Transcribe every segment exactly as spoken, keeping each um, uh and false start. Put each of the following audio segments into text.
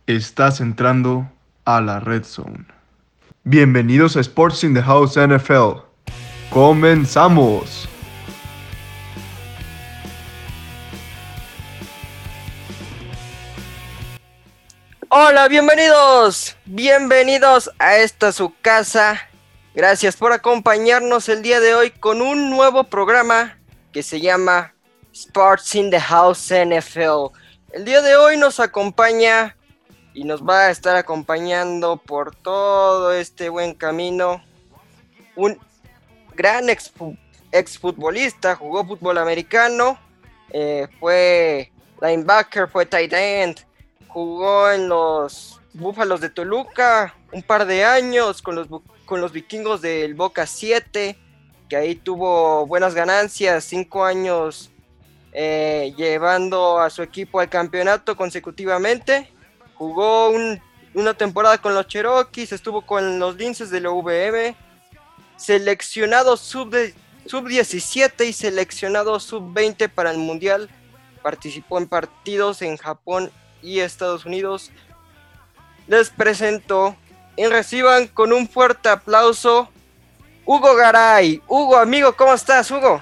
Estás entrando a la Red Zone. Bienvenidos a Sports in the House N F L. ¡Comenzamos! Hola, bienvenidos, bienvenidos a esta su casa. Gracias por acompañarnos el día de hoy con un nuevo programa que se llama Sports in the House N F L. El día de hoy nos acompaña y nos va a estar acompañando por todo este buen camino un gran ex, exfutbolista, jugó fútbol americano, eh, fue linebacker, fue tight end, jugó en los Búfalos de Toluca un par de años con los, con los vikingos del Boca siete, que ahí tuvo buenas ganancias, cinco años eh, llevando a su equipo al campeonato consecutivamente. Jugó un, una temporada con los Cherokees, estuvo con los Linces de la U V M, seleccionado sub, de, sub diecisiete y seleccionado sub veinte para el Mundial. Participó en partidos en Japón y Estados Unidos. Les presento y reciban con un fuerte aplauso Hugo Garay. Hugo, amigo, ¿cómo estás, Hugo?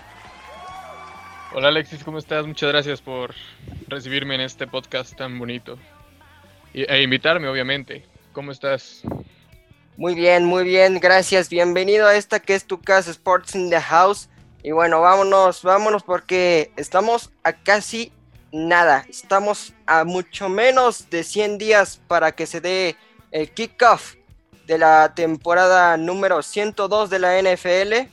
Hola Alexis, ¿cómo estás? Muchas gracias por recibirme en este podcast tan bonito y, e invitarme, obviamente. ¿Cómo estás? Muy bien, muy bien, gracias. Bienvenido a esta que es tu casa, Sports in the House. Y bueno, vámonos, vámonos porque estamos a casi nada. Estamos a mucho menos de cien días para que se dé el kickoff de la temporada número ciento dos de la N F L.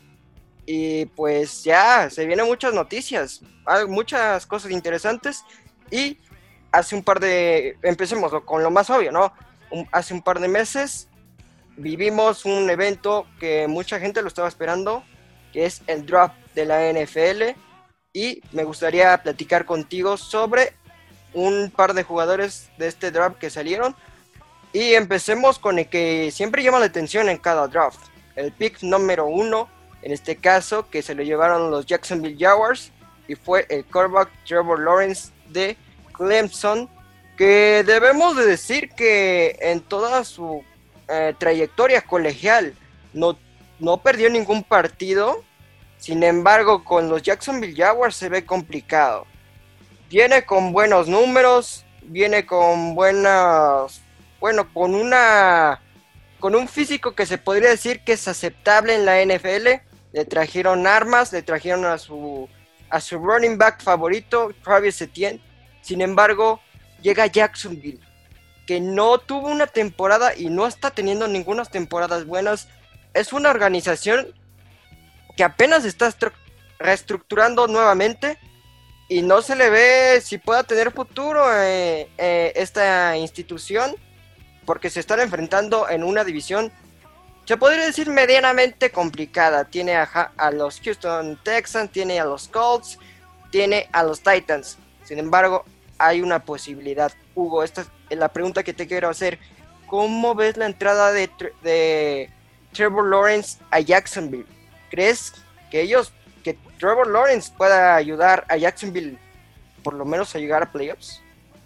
Y pues ya, se vienen muchas noticias, muchas cosas interesantes. Y hace un par de... Empecemos con lo más obvio, ¿no? Un, hace un par de meses vivimos un evento que mucha gente lo estaba esperando, que es el draft de la N F L, y me gustaría platicar contigo sobre un par de jugadores de este draft que salieron, y empecemos con el que siempre llama la atención en cada draft, el pick número uno, en este caso, que se lo llevaron los Jacksonville Jaguars, y fue el quarterback Trevor Lawrence de Clemson, que debemos de decir que en toda su Eh, trayectoria colegial no, no perdió ningún partido. Sin embargo, con los Jacksonville Jaguars se ve complicado. Viene con buenos números, viene con buenas, bueno, con una, con un físico que se podría decir que es aceptable en la N F L. Le trajeron armas, le trajeron a su, a su running back favorito, Travis Etienne. Sin embargo, llega Jacksonville, que no tuvo una temporada y no está teniendo ninguna temporadas buenas. Es una organización que apenas está estru- reestructurando nuevamente y no se le ve si pueda tener futuro eh, eh, esta institución, porque se están enfrentando en una división, se podría decir, medianamente complicada. Tiene a, a los Houston Texans, tiene a los Colts, tiene a los Titans. Sin embargo, hay una posibilidad. Hugo, esta es la pregunta que te quiero hacer. ¿Cómo ves la entrada de, de Trevor Lawrence a Jacksonville? ¿Crees que ellos, que Trevor Lawrence pueda ayudar a Jacksonville por lo menos a llegar a playoffs?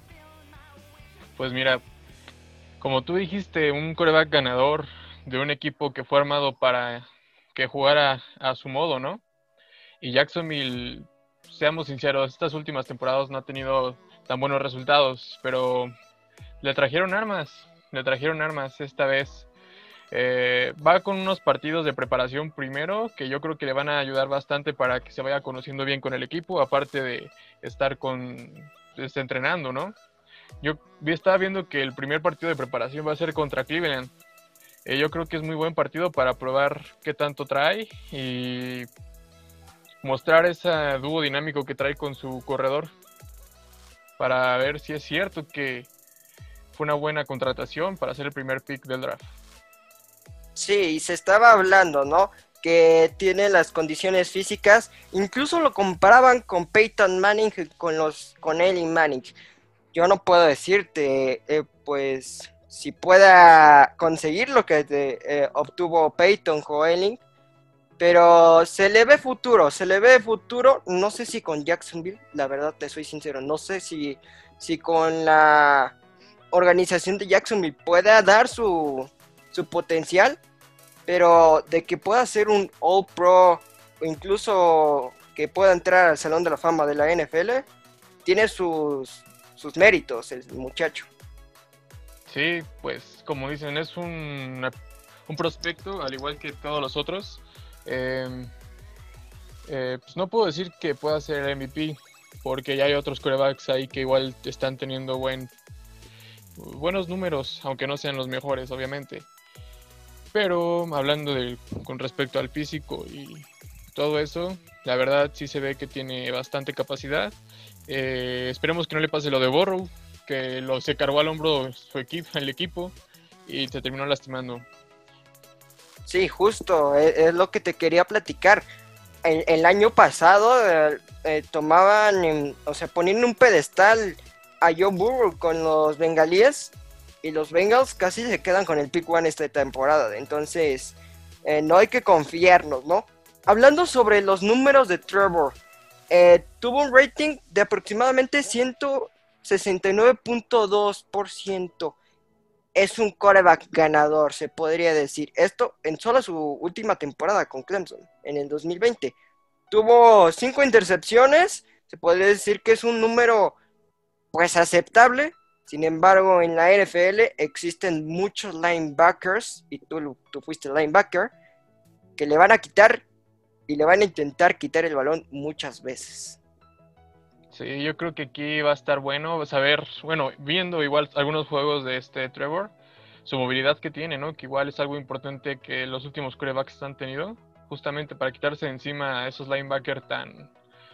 Pues mira, como tú dijiste, un quarterback ganador de un equipo que fue armado para que jugara a su modo, ¿no? Y Jacksonville, seamos sinceros, estas últimas temporadas no ha tenido tan buenos resultados, pero le trajeron armas, le trajeron armas esta vez. Eh, va con unos partidos de preparación primero, que yo creo que le van a ayudar bastante para que se vaya conociendo bien con el equipo, aparte de estar con, este, entrenando, ¿no? Yo estaba viendo que el primer partido de preparación va a ser contra Cleveland. Eh, yo creo que es muy buen partido para probar qué tanto trae y mostrar ese dúo dinámico que trae con su corredor, para ver si es cierto que fue una buena contratación para ser el primer pick del draft. Sí, y se estaba hablando, ¿no? Que tiene las condiciones físicas, incluso lo comparaban con Peyton Manning, con los con Eli Manning. Yo no puedo decirte, eh, pues, si pueda conseguir lo que de, eh, obtuvo Peyton o Eli, pero se le ve futuro, se le ve futuro, no sé si con Jacksonville, la verdad te soy sincero, no sé si, si con la organización de Jacksonville pueda dar su, su potencial, pero de que pueda ser un All Pro o incluso que pueda entrar al Salón de la Fama de la N F L, tiene sus, sus méritos el muchacho. Sí, pues como dicen, es un, un prospecto al igual que todos los otros. Eh, eh, pues no puedo decir que pueda ser M V P, porque ya hay otros quarterbacks ahí que igual están teniendo buen, buenos números, aunque no sean los mejores, obviamente. Pero hablando de, con respecto al físico y todo eso, la verdad sí se ve que tiene bastante capacidad. Eh, esperemos que no le pase lo de Burrow, que lo se cargó al hombro su equipo, el equipo y se terminó lastimando. Sí, justo, es, es lo que te quería platicar. El, el año pasado eh, eh, tomaban, en, o sea, ponían un pedestal a Joe Burrow con los bengalíes y los Bengals casi se quedan con el pick one esta temporada. Entonces, eh, no hay que confiarnos, ¿no? Hablando sobre los números de Trevor, eh, tuvo un rating de aproximadamente ciento sesenta y nueve punto dos por ciento. Es un quarterback ganador, se podría decir. Esto en solo su última temporada con Clemson, en el dos mil veinte. Tuvo cinco intercepciones, se podría decir que es un número pues aceptable. Sin embargo, en la N F L existen muchos linebackers, y tú, tú fuiste linebacker, que le van a quitar y le van a intentar quitar el balón muchas veces. Sí, yo creo que aquí va a estar bueno saber, bueno, viendo igual algunos juegos de este Trevor, su movilidad que tiene, ¿no? Que igual es algo importante que los últimos quarterbacks han tenido, justamente para quitarse de encima a esos linebackers tan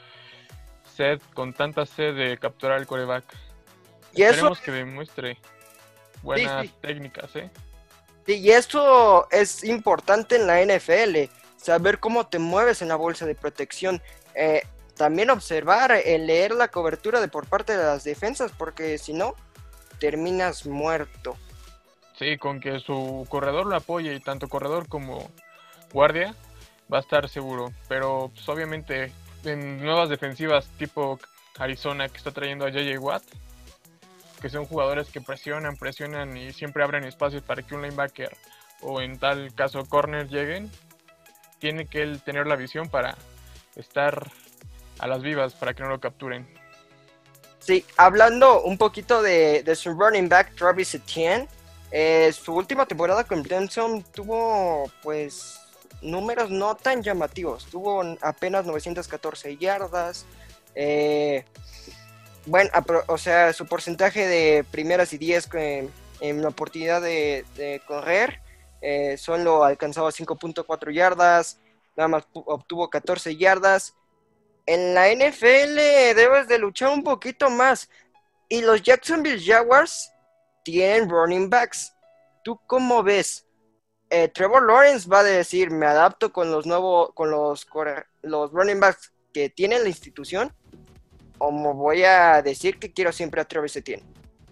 sed, con tanta sed de capturar al quarterback. Y Esperemos eso... que demuestre buenas sí, sí. técnicas, ¿eh? Sí, y esto es importante en la N F L, saber cómo te mueves en la bolsa de protección. Eh, también observar, eh, leer la cobertura de por parte de las defensas, porque si no, terminas muerto. Sí, con que su corredor lo apoye, y tanto corredor como guardia, va a estar seguro. Pero pues, obviamente en nuevas defensivas tipo Arizona que está trayendo a J J Watt, que son jugadores que presionan, presionan y siempre abren espacios para que un linebacker o en tal caso corner lleguen, tiene que él tener la visión para estar a las vivas para que no lo capturen. Sí, hablando un poquito de, de su running back Travis Etienne, eh, su última temporada con Clemson tuvo pues números no tan llamativos, tuvo apenas novecientas catorce yardas, eh, bueno, o sea, su porcentaje de primeras y diez en, en la oportunidad de, de correr eh, solo alcanzaba cinco punto cuatro yardas, nada más obtuvo catorce yardas. En la N F L debes de luchar un poquito más. Y los Jacksonville Jaguars tienen running backs. ¿Tú cómo ves? Eh, Trevor Lawrence va a decir, me adapto con los nuevos, con los, los running backs que tiene la institución, o me voy a decir que quiero siempre a Travis Etienne.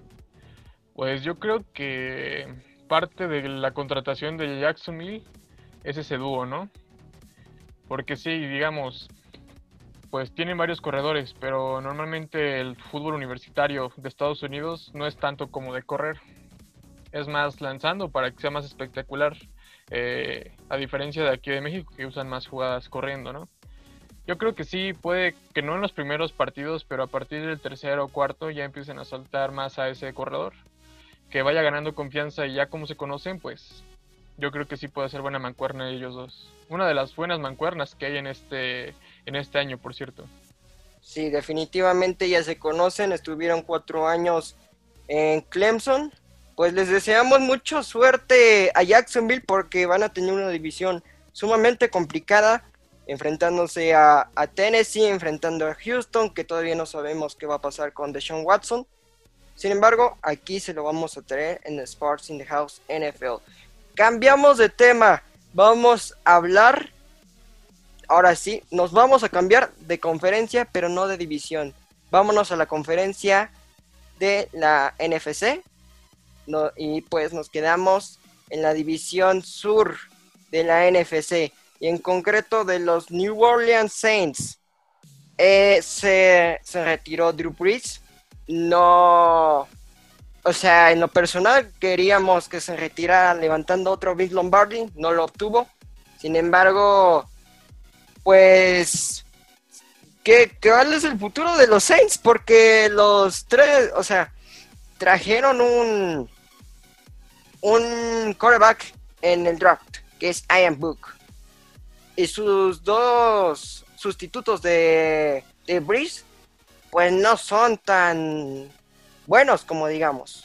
Pues yo creo que parte de la contratación de Jacksonville es ese dúo, ¿no? Porque sí, digamos, pues tienen varios corredores, pero normalmente el fútbol universitario de Estados Unidos no es tanto como de correr, es más lanzando para que sea más espectacular, eh, a diferencia de aquí de México que usan más jugadas corriendo, ¿no? Yo creo que sí, puede que no en los primeros partidos, pero a partir del tercero o cuarto ya empiecen a soltar más a ese corredor, que vaya ganando confianza y ya como se conocen, pues yo creo que sí puede ser buena mancuerna ellos dos. Una de las buenas mancuernas que hay en este, en este año, por cierto. Sí, definitivamente ya se conocen, estuvieron cuatro años en Clemson. Pues les deseamos mucha suerte a Jacksonville porque van a tener una división sumamente complicada, enfrentándose a, a Tennessee, enfrentando a Houston, que todavía no sabemos qué va a pasar con Deshaun Watson. Sin embargo, aquí se lo vamos a traer en Sports in the House N F L. Cambiamos de tema, vamos a hablar, ahora sí, nos vamos a cambiar de conferencia, pero no de división. Vámonos a la conferencia de la N F C, no, y pues nos quedamos en la división sur de la N F C, y en concreto de los New Orleans Saints. Eh, se, se retiró Drew Brees, no, O sea, en lo personal queríamos que se retirara levantando otro Vince Lombardi, no lo obtuvo. Sin embargo, pues, ¿qué, qué cuál es el futuro de los Saints? Porque los tres, o sea, trajeron un, un quarterback en el draft, que es Ian Book. Y sus dos sustitutos de, de Breeze, pues no son tan buenos como digamos.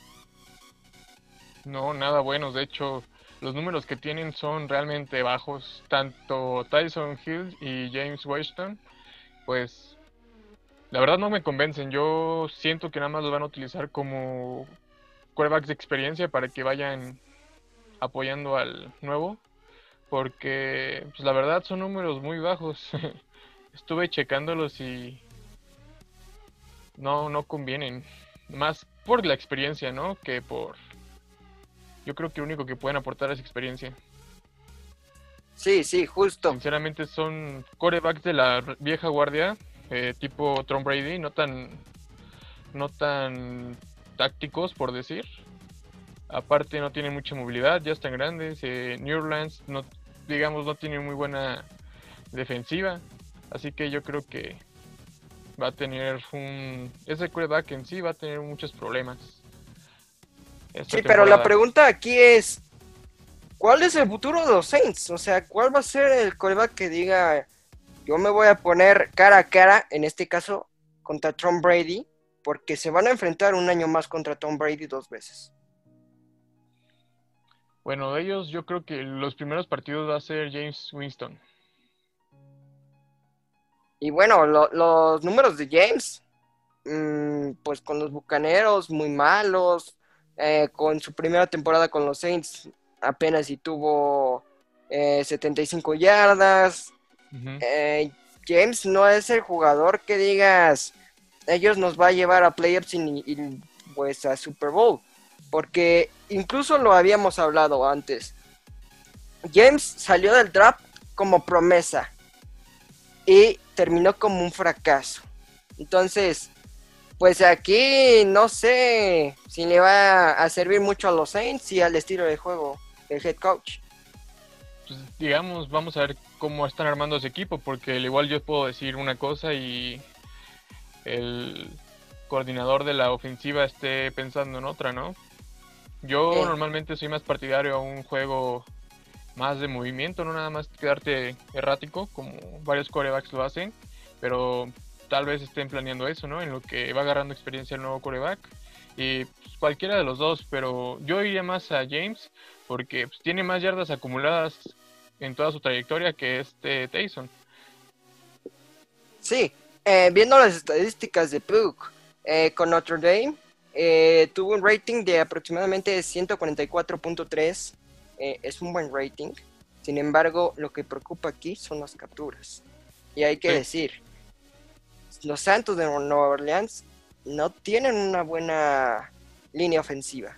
No, nada buenos. De hecho, los números que tienen son realmente bajos. Tanto Tyson Hill y James Washington, pues la verdad no me convencen. Yo siento que nada más los van a utilizar como quarterbacks de experiencia para que vayan apoyando al nuevo. Porque, pues la verdad son números muy bajos. Estuve checándolos y no, no convienen. Más por la experiencia, ¿no? Que por... Yo creo que lo único que pueden aportar es experiencia. Sí, sí, justo. Sinceramente son quarterbacks de la vieja guardia, eh, tipo Tom Brady, no tan, no tan tácticos por decir. Aparte no tienen mucha movilidad, ya están grandes. Eh, New Orleans, no, digamos, no tiene muy buena defensiva, así que yo creo que va a tener un... Ese quarterback en sí va a tener muchos problemas esta Sí, pero la temporada. pregunta aquí es, ¿cuál es el futuro de los Saints? O sea, ¿cuál va a ser el quarterback que diga, yo me voy a poner cara a cara, en este caso, contra Tom Brady, porque se van a enfrentar un año más contra Tom Brady dos veces? Bueno, de ellos yo creo que los primeros partidos va a ser James Winston. Y bueno, lo- los números de James, mmm, pues con los Bucaneros muy malos, eh, con su primera temporada con los Saints apenas si tuvo eh, setenta y cinco yardas. Uh-huh. Eh, James no es el jugador que digas, ellos nos va a llevar a playoffs y, y pues a Super Bowl, porque incluso lo habíamos hablado antes. James salió del draft como promesa y terminó como un fracaso. Entonces, pues aquí no sé si le va a servir mucho a los Saints y al estilo de juego del head coach. Pues digamos, vamos a ver cómo están armando ese equipo, porque al igual yo puedo decir una cosa y el coordinador de la ofensiva esté pensando en otra, ¿no? Yo Eh, normalmente soy más partidario a un juego más de movimiento, no nada más quedarte errático, como varios quarterbacks lo hacen, pero tal vez estén planeando eso, ¿no? En lo que va agarrando experiencia el nuevo quarterback. Y pues, cualquiera de los dos, pero yo iría más a James porque pues, tiene más yardas acumuladas en toda su trayectoria que este Tyson. Sí, eh, viendo las estadísticas de Puck eh, con Notre Dame, eh, tuvo un rating de aproximadamente ciento cuarenta y cuatro punto tres. Eh, es un buen rating. Sin embargo, lo que preocupa aquí son las capturas. Y hay que Sí. decir, los Santos de Nueva Orleans no tienen una buena línea ofensiva.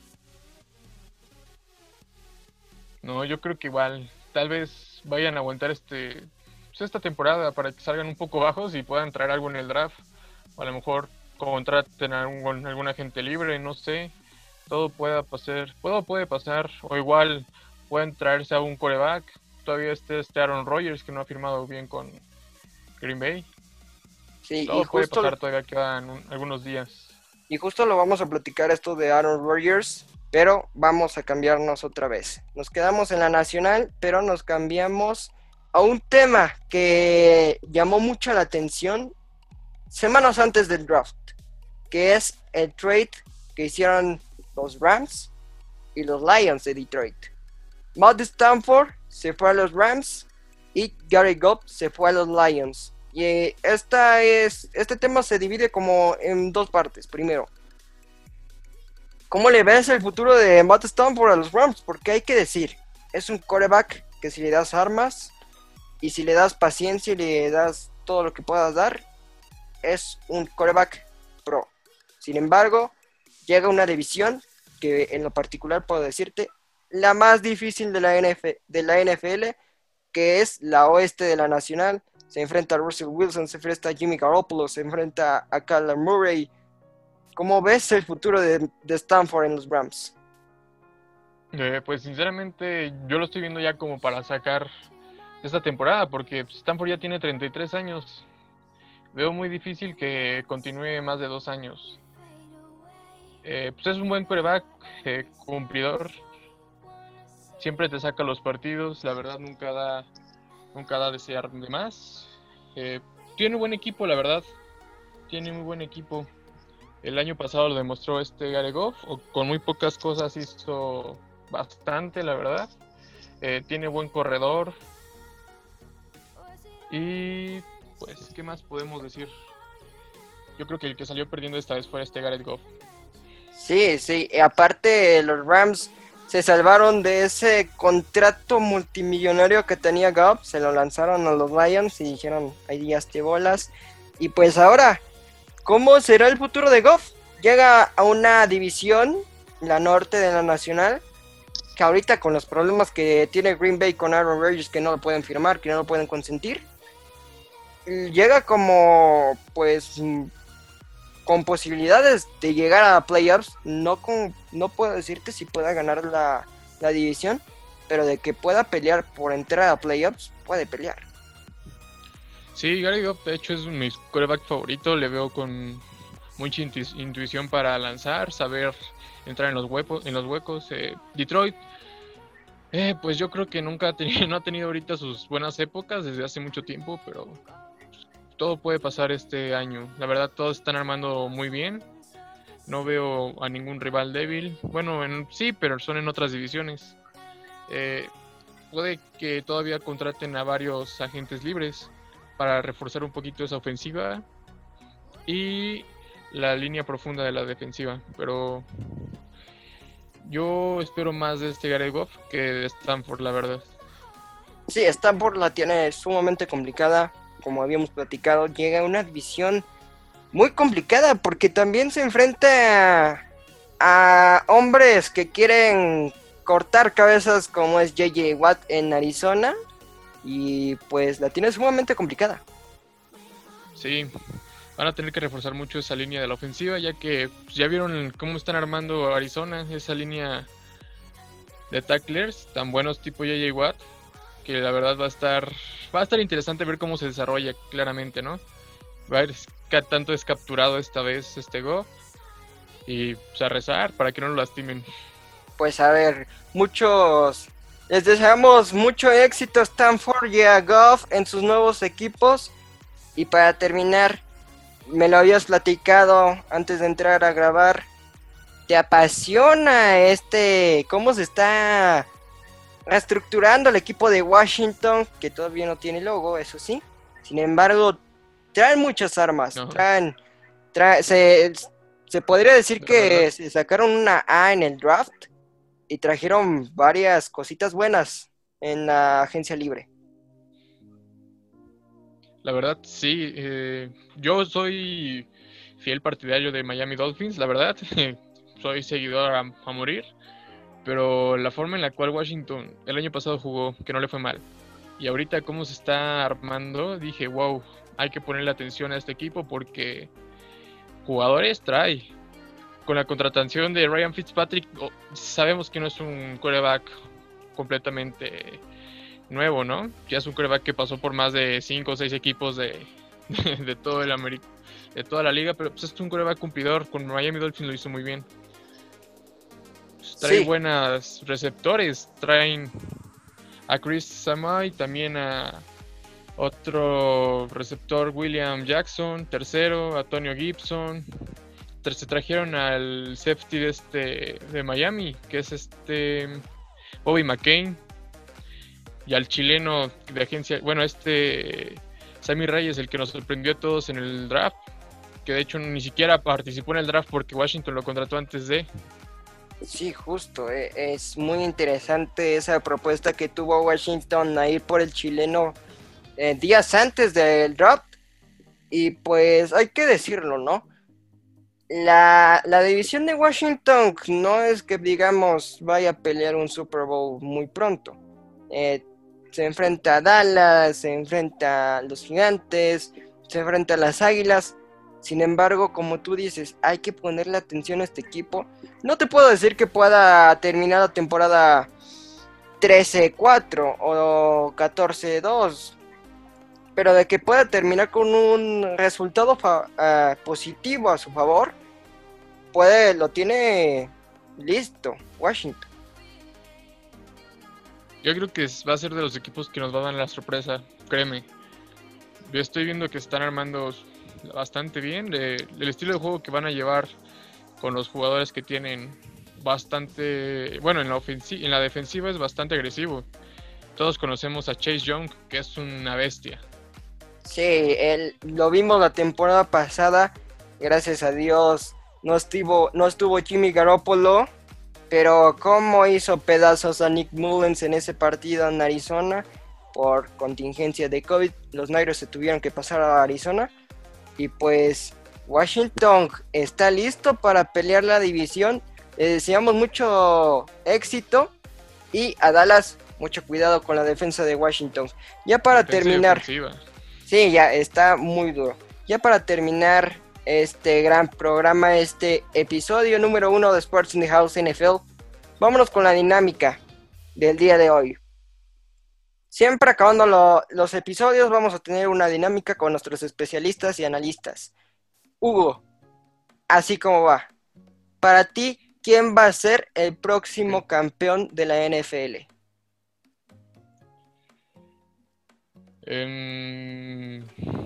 No, yo creo que igual, tal vez vayan a aguantar este pues, esta temporada para que salgan un poco bajos y puedan traer algo en el draft. O a lo mejor contraten a algún, algún agente libre, no sé. Todo pueda pasar, todo puede pasar. O igual pueden traerse a un quarterback. Todavía este, este Aaron Rodgers que no ha firmado bien con Green Bay. Sí, y Todo puede justo, pasar, todavía quedan un- algunos días. y justo lo vamos a platicar esto de Aaron Rodgers, pero vamos a cambiarnos otra vez. Nos quedamos en la nacional, pero nos cambiamos a un tema que llamó mucho la atención semanas antes del draft, que es el trade que hicieron los Rams y los Lions de Detroit. Matt Stanford se fue a los Rams y Gary Goff se fue a los Lions. Y eh, esta es, este tema se divide como en dos partes. Primero, ¿cómo le ves el futuro de Matt Stanford a los Rams? Porque hay que decir, es un quarterback que si le das armas y si le das paciencia y le das todo lo que puedas dar, es un quarterback pro. Sin embargo, llega una división que en lo particular puedo decirte, la más difícil de la, N F, de la N F L, que es la oeste de la nacional. Se enfrenta a Russell Wilson, se enfrenta a Jimmy Garoppolo, se enfrenta a Kyler Murray ¿Cómo ves el futuro de, de Stanford en los Rams? Eh, pues sinceramente yo lo estoy viendo ya como para sacar esta temporada, porque Stanford ya tiene treinta y tres años. Veo muy difícil que continúe más de dos años. Eh, pues es un buen quarterback, eh, cumplidor. Siempre te saca los partidos, la verdad nunca da, nunca da a desear de más. Eh, tiene buen equipo, la verdad. Tiene muy buen equipo. El año pasado lo demostró este Jared Goff, o con muy pocas cosas hizo bastante, la verdad. Eh, tiene buen corredor. Y pues, ¿qué más podemos decir? Yo creo que el que salió perdiendo esta vez fue este Jared Goff. Sí, sí, y aparte los Rams se salvaron de ese contrato multimillonario que tenía Goff, se lo lanzaron a los Lions y dijeron, hay días de bolas. Y pues ahora, ¿cómo será el futuro de Goff? Llega a una división, la norte de la nacional, que ahorita con los problemas que tiene Green Bay con Aaron Rodgers, que no lo pueden firmar, que no lo pueden consentir, llega como, pues, con posibilidades de llegar a playoffs. No, con, no puedo decirte si pueda ganar la, la división, pero de que pueda pelear por entrar a playoffs, puede pelear. Sí, Gary Goff de hecho es mi quarterback favorito, le veo con mucha intu- intuición para lanzar, saber entrar en los huecos. En los huecos. Eh, Detroit, eh, pues yo creo que nunca ha tenido, no ha tenido ahorita sus buenas épocas desde hace mucho tiempo, pero todo puede pasar este año. La verdad todos están armando muy bien, no veo a ningún rival débil. Bueno, en, sí, pero son en otras divisiones. Eh, puede que todavía contraten a varios agentes libres para reforzar un poquito esa ofensiva y la línea profunda de la defensiva, pero yo espero más de este Jared Goff que de Stanford, la verdad. Sí, Stanford la tiene sumamente complicada, como habíamos platicado, llega a una división muy complicada porque también se enfrenta a, a hombres que quieren cortar cabezas como es J J Watt en Arizona, y pues la tiene sumamente complicada. Sí, van a tener que reforzar mucho esa línea de la ofensiva, ya que pues, ya vieron cómo están armando Arizona, esa línea de tacklers tan buenos tipo J J Watt, que la verdad va a estar va a estar interesante ver cómo se desarrolla claramente, ¿no? Va a ver qué tanto es capturado esta vez este Goff y pues, a rezar para que no lo lastimen. Pues a ver, muchos les deseamos mucho éxito a Stanford y a Goff en sus nuevos equipos. Y para terminar, me lo habías platicado antes de entrar a grabar, ¿te apasiona este cómo se está reestructurando el equipo de Washington, que todavía no tiene logo, eso sí? Sin embargo, traen muchas armas, No. traen, traen se, se podría decir La que verdad. se sacaron una A en el draft y trajeron varias cositas buenas en la agencia libre. La verdad, sí. Eh, yo soy fiel partidario de Miami Dolphins, la verdad. Soy seguidor a, a morir. Pero la forma en la cual Washington el año pasado jugó, que no le fue mal, y ahorita cómo se está armando, dije, wow, hay que ponerle atención a este equipo porque jugadores trae. Con la contratación de Ryan Fitzpatrick, oh, sabemos que no es un quarterback completamente nuevo, ¿no? Ya es un quarterback que pasó por más de cinco o seis equipos de, de, de todo el Ameri- de toda la liga, pero pues es un quarterback cumplidor. Con Miami Dolphins lo hizo muy bien. Pues trae Sí, buenos receptores, traen a Chris Samai, también a otro receptor William Jackson, tercero, Antonio Gibson. Se trajeron al safety de este de Miami, que es este Bobby McCain, y al chileno de agencia, bueno, este Sammy Reyes, el que nos sorprendió a todos en el draft, que de hecho ni siquiera participó en el draft porque Washington lo contrató antes de. sí, justo, eh, es muy interesante esa propuesta que tuvo Washington a ir por el chileno eh, días antes del draft. Y pues hay que decirlo, ¿no? La, la división de Washington no es que, digamos, vaya a pelear un Super Bowl muy pronto. Eh, se enfrenta a Dallas, se enfrenta a los Gigantes, se enfrenta a las Águilas. Sin embargo, como tú dices, hay que ponerle atención a este equipo. No te puedo decir que pueda terminar la temporada trece cuatro o catorce dos, pero de que pueda terminar con un resultado fa- uh, positivo a su favor, puede, lo tiene listo Washington. Yo creo que va a ser de los equipos que nos va a dar la sorpresa, créeme. Yo estoy viendo que están armando bastante bien. Eh, el estilo de juego que van a llevar con los jugadores que tienen bastante... Bueno, en la, ofensi- en la defensiva es bastante agresivo. Todos conocemos a Chase Young, que es una bestia. Sí, él, lo vimos la temporada pasada. Gracias a Dios no estuvo, no estuvo Jimmy Garoppolo, pero cómo hizo pedazos a Nick Mullens en ese partido en Arizona. Por contingencia de COVID, los Niners se tuvieron que pasar a Arizona. Y pues Washington está listo para pelear la división. Le deseamos mucho éxito. Y a Dallas, mucho cuidado con la defensa de Washington. Ya para Defensa y terminar. ofensiva. Sí, ya está muy duro. Ya para terminar este gran programa, este episodio número uno de Sports in the House N F L, vámonos con la dinámica del día de hoy. Siempre acabando lo, los episodios vamos a tener una dinámica con nuestros especialistas y analistas. Hugo, así como va. Para ti, ¿quién va a ser el próximo campeón de la N F L? Um,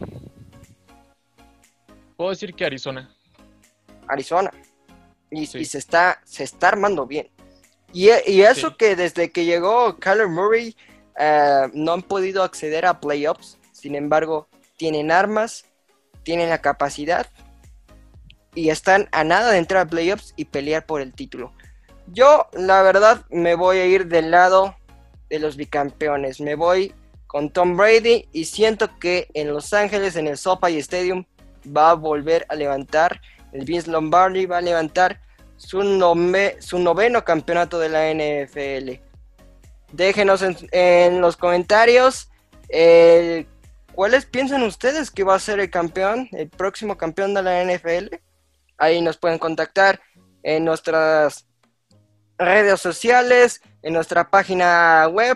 Puedo decir que Arizona. Arizona. Y, Sí. y se está se está armando bien. Y, y eso Sí. que desde que llegó Kyler Murray uh, no han podido acceder a playoffs. Sin embargo, tienen armas, tienen la capacidad y están a nada de entrar a playoffs y pelear por el título. Yo, la verdad, me voy a ir del lado de los bicampeones. Me voy con Tom Brady y siento que en Los Ángeles, en el SoFi Stadium, va a volver a levantar, el Vince Lombardi va a levantar su, nove, su noveno campeonato de la N F L. Déjenos en, en los comentarios eh, cuáles piensan ustedes que va a ser el campeón, el próximo campeón de la N F L. Ahí nos pueden contactar en nuestras redes sociales, en nuestra página web.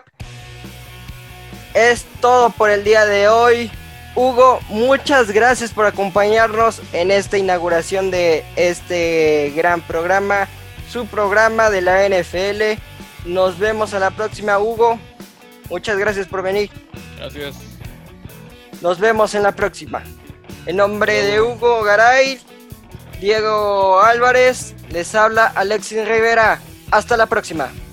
Es todo por el día de hoy. Hugo, muchas gracias por acompañarnos en esta inauguración de este gran programa, su programa de la N F L. Nos vemos a la próxima, Hugo. Muchas gracias por venir. Gracias. Nos vemos en la próxima. En nombre de Hugo Garay, Diego Álvarez, les habla Alexis Rivera. Hasta la próxima.